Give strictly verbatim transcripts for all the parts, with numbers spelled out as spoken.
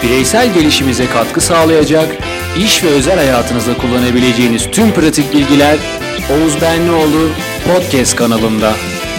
bireysel gelişimize katkı sağlayacak, iş ve özel hayatınızda kullanabileceğiniz tüm pratik bilgiler Oğuz Benlioğlu Podcast kanalında.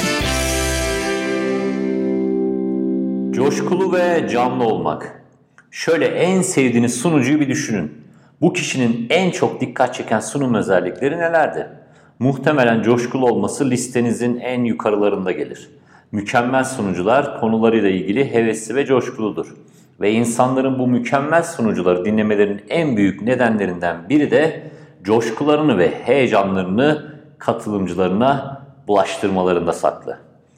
Coşkulu ve canlı olmak. Şöyle en sevdiğiniz sunucuyu bir düşünün. Bu kişinin en çok dikkat çeken sunum özellikleri nelerdir? Muhtemelen coşkulu olması listenizin en yukarılarında gelir. Mükemmel sunucular konularıyla ilgili hevesli ve coşkuludur. Ve insanların bu mükemmel sunucuları dinlemelerinin en büyük nedenlerinden biri de coşkularını ve heyecanlarını katılımcılarına bulaştırmalarında saklı.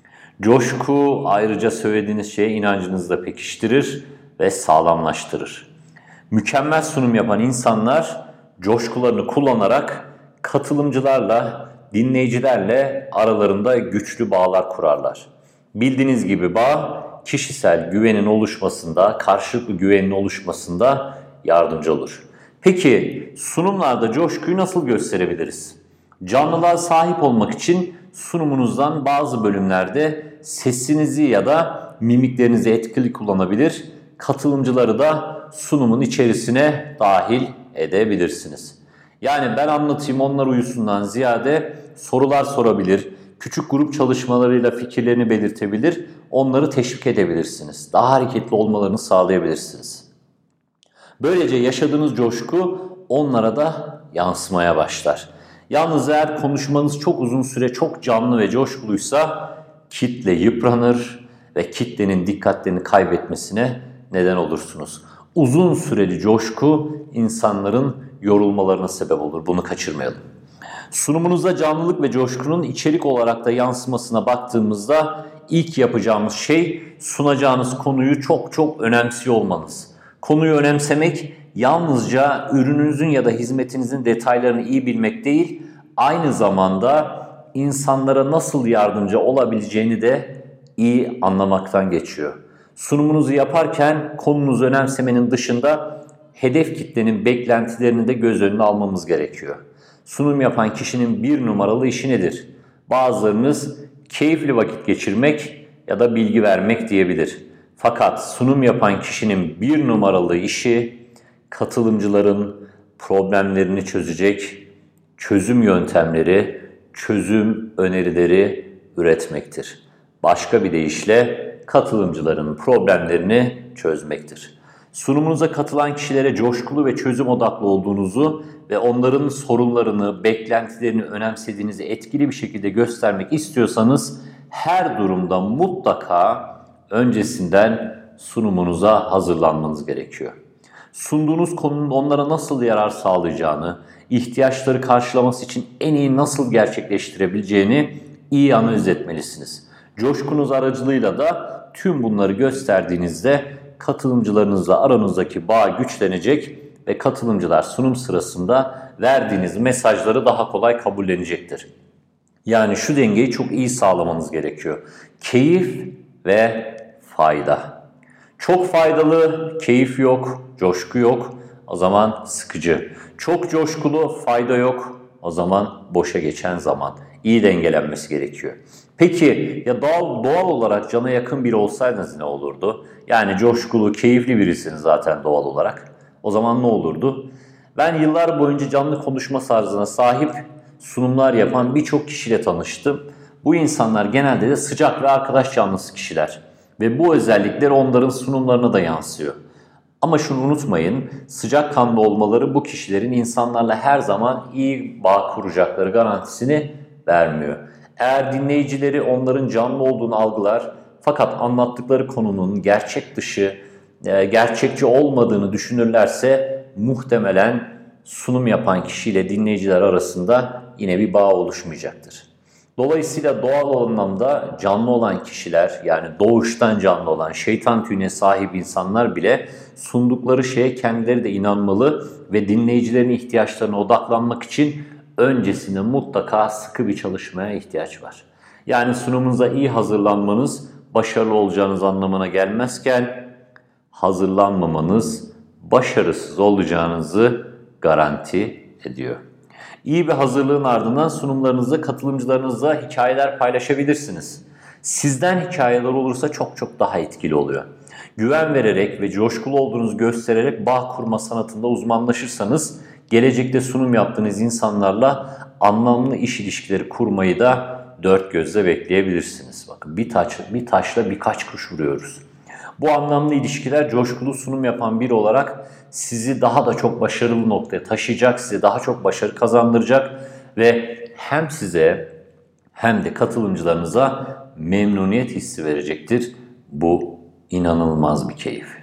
Coşku ayrıca söylediğiniz şeye inancınızı da pekiştirir ve sağlamlaştırır. Mükemmel sunum yapan insanlar coşkularını kullanarak katılımcılarla, dinleyicilerle aralarında güçlü bağlar kurarlar. Bildiğiniz gibi bağ kişisel güvenin oluşmasında, karşılıklı güvenin oluşmasında yardımcı olur. Peki sunumlarda coşkuyu nasıl gösterebiliriz? Canlılığa sahip olmak için sunumunuzdan bazı bölümlerde sesinizi ya da mimiklerinizi etkili kullanabilir, katılımcıları da sunumun içerisine dahil edebilirsiniz. Yani ben anlatayım onlar uyusundan ziyade sorular sorabilir, küçük grup çalışmalarıyla fikirlerini belirtebilir, onları teşvik edebilirsiniz. Daha hareketli olmalarını sağlayabilirsiniz. Böylece yaşadığınız coşku onlara da yansımaya başlar. Yalnız eğer konuşmanız çok uzun süre çok canlı ve coşkuluysa kitle yıpranır ve kitlenin dikkatlerini kaybetmesine neden olursunuz. Uzun süreli coşku insanların yorulmalarına sebep olur. Bunu kaçırmayalım. Sunumunuzda canlılık ve coşkunun içerik olarak da yansımasına baktığımızda ilk yapacağımız şey sunacağınız konuyu çok çok önemsiyor olmanız. Konuyu önemsemek yalnızca ürününüzün ya da hizmetinizin detaylarını iyi bilmek değil, aynı zamanda insanlara nasıl yardımcı olabileceğini de iyi anlamaktan geçiyor. Sunumunuzu yaparken konunuzu önemsemenin dışında hedef kitlenin beklentilerini de göz önüne almamız gerekiyor. Sunum yapan kişinin bir numaralı işi nedir? Bazılarınız keyifli vakit geçirmek ya da bilgi vermek diyebilir. Fakat sunum yapan kişinin bir numaralı işi katılımcıların problemlerini çözecek çözüm yöntemleri, çözüm önerileri üretmektir. Başka bir deyişle katılımcıların problemlerini çözmektir. Sunumunuza katılan kişilere coşkulu ve çözüm odaklı olduğunuzu ve onların sorunlarını, beklentilerini önemsediğinizi etkili bir şekilde göstermek istiyorsanız her durumda mutlaka öncesinden sunumunuza hazırlanmanız gerekiyor. Sunduğunuz konunun onlara nasıl yarar sağlayacağını, ihtiyaçları karşılaması için en iyi nasıl gerçekleştirebileceğini iyi analiz etmelisiniz. Coşkunuz aracılığıyla da tüm bunları gösterdiğinizde katılımcılarınızla aranızdaki bağ güçlenecek ve katılımcılar sunum sırasında verdiğiniz mesajları daha kolay kabullenecektir. Yani şu dengeyi çok iyi sağlamanız gerekiyor. Keyif ve fayda. Çok faydalı, keyif yok, coşku yok, o zaman sıkıcı. Çok coşkulu, fayda yok, o zaman boşa geçen zaman. İyi dengelenmesi gerekiyor. Peki ya doğal, doğal olarak cana yakın biri olsaydınız ne olurdu? Yani coşkulu, keyifli birisiniz zaten doğal olarak. O zaman ne olurdu? Ben yıllar boyunca canlı konuşma tarzına sahip sunumlar yapan birçok kişiyle tanıştım. Bu insanlar genelde de sıcak ve arkadaş canlısı kişiler. Ve bu özellikler onların sunumlarına da yansıyor. Ama şunu unutmayın, sıcakkanlı olmaları bu kişilerin insanlarla her zaman iyi bağ kuracakları garantisini vermiyor. Eğer dinleyicileri onların canlı olduğunu algılar fakat anlattıkları konunun gerçek dışı, gerçekçi olmadığını düşünürlerse muhtemelen sunum yapan kişiyle dinleyiciler arasında yine bir bağ oluşmayacaktır. Dolayısıyla doğal anlamda canlı olan kişiler, yani doğuştan canlı olan şeytan tüyüne sahip insanlar bile sundukları şeye kendileri de inanmalı ve dinleyicilerin ihtiyaçlarına odaklanmak için öncesinde mutlaka sıkı bir çalışmaya ihtiyaç var. Yani sunumunuza iyi hazırlanmanız başarılı olacağınız anlamına gelmezken hazırlanmamanız başarısız olacağınızı garanti ediyor. İyi bir hazırlığın ardından sunumlarınızda katılımcılarınızla hikayeler paylaşabilirsiniz. Sizden hikayeler olursa çok çok daha etkili oluyor. Güven vererek ve coşkulu olduğunuzu göstererek bağ kurma sanatında uzmanlaşırsanız gelecekte sunum yaptığınız insanlarla anlamlı iş ilişkileri kurmayı da dört gözle bekleyebilirsiniz. Bakın bir taş, bir taşla birkaç kuş vuruyoruz. Bu anlamlı ilişkiler coşkulu sunum yapan biri olarak sizi daha da çok başarılı noktaya taşıyacak, size daha çok başarı kazandıracak ve hem size hem de katılımcılarınıza memnuniyet hissi verecektir. Bu inanılmaz bir keyif.